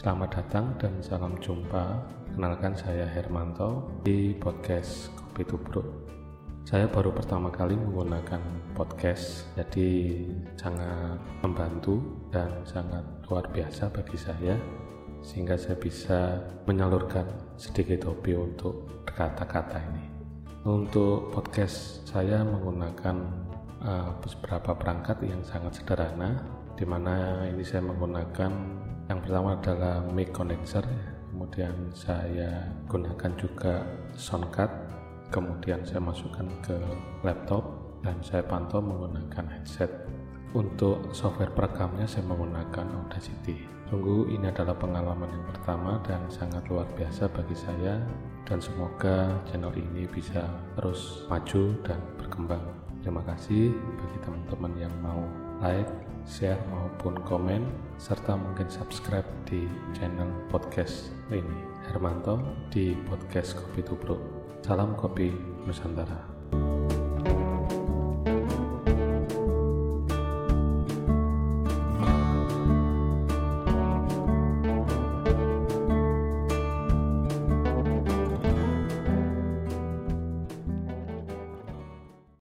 Selamat datang dan salam jumpa. Kenalkan, saya Hermanto di podcast Kopi Tubruk. Saya baru pertama kali menggunakan podcast, jadi sangat membantu dan sangat luar biasa bagi saya, sehingga saya bisa menyalurkan sedikit hobi untuk berkata-kata ini. Untuk podcast saya menggunakan beberapa perangkat yang sangat sederhana, di mana ini saya menggunakan yang pertama adalah mic condenser, kemudian saya gunakan juga soundcard, kemudian saya masukkan ke laptop dan saya pantau menggunakan headset. Untuk software perekamnya saya menggunakan Audacity. Sungguh ini adalah pengalaman yang pertama dan sangat luar biasa bagi saya, dan semoga channel ini bisa terus maju dan berkembang. Terima kasih bagi teman-teman yang mau like, share maupun komen, serta mungkin subscribe di channel podcast ini, Hermanto di podcast Kopi Tubruk. Salam Kopi Nusantara.